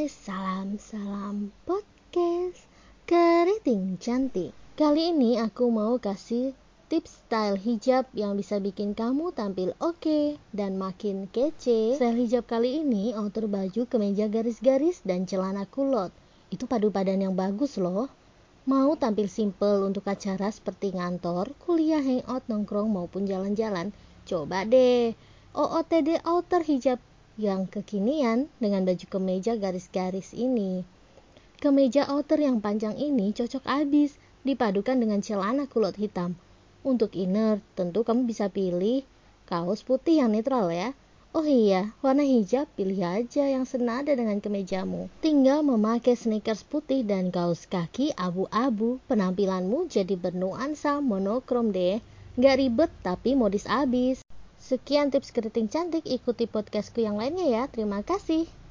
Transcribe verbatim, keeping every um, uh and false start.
salam-salam podcast Keriting Cantik. Kali ini aku mau kasih tips style hijab yang bisa bikin kamu tampil oke dan makin kece. Style hijab kali ini outer baju, kemeja garis-garis, dan celana kulot. Itu padu padan yang bagus loh. Mau tampil simple untuk acara seperti ngantor, kuliah, hangout, nongkrong, maupun jalan-jalan? Coba deh O O T D outer hijab yang kekinian dengan baju kemeja garis-garis ini. Kemeja outer yang panjang ini cocok abis dipadukan dengan celana kulot hitam. Untuk inner, tentu kamu bisa pilih kaos putih yang netral ya. Oh iya, warna hijab pilih aja yang senada dengan kemejamu. Tinggal memakai sneakers putih dan kaos kaki abu-abu, penampilanmu jadi bernuansa monokrom deh. Gak ribet tapi modis abis. Sekian tips keriting cantik, ikuti podcastku yang lainnya ya. Terima kasih.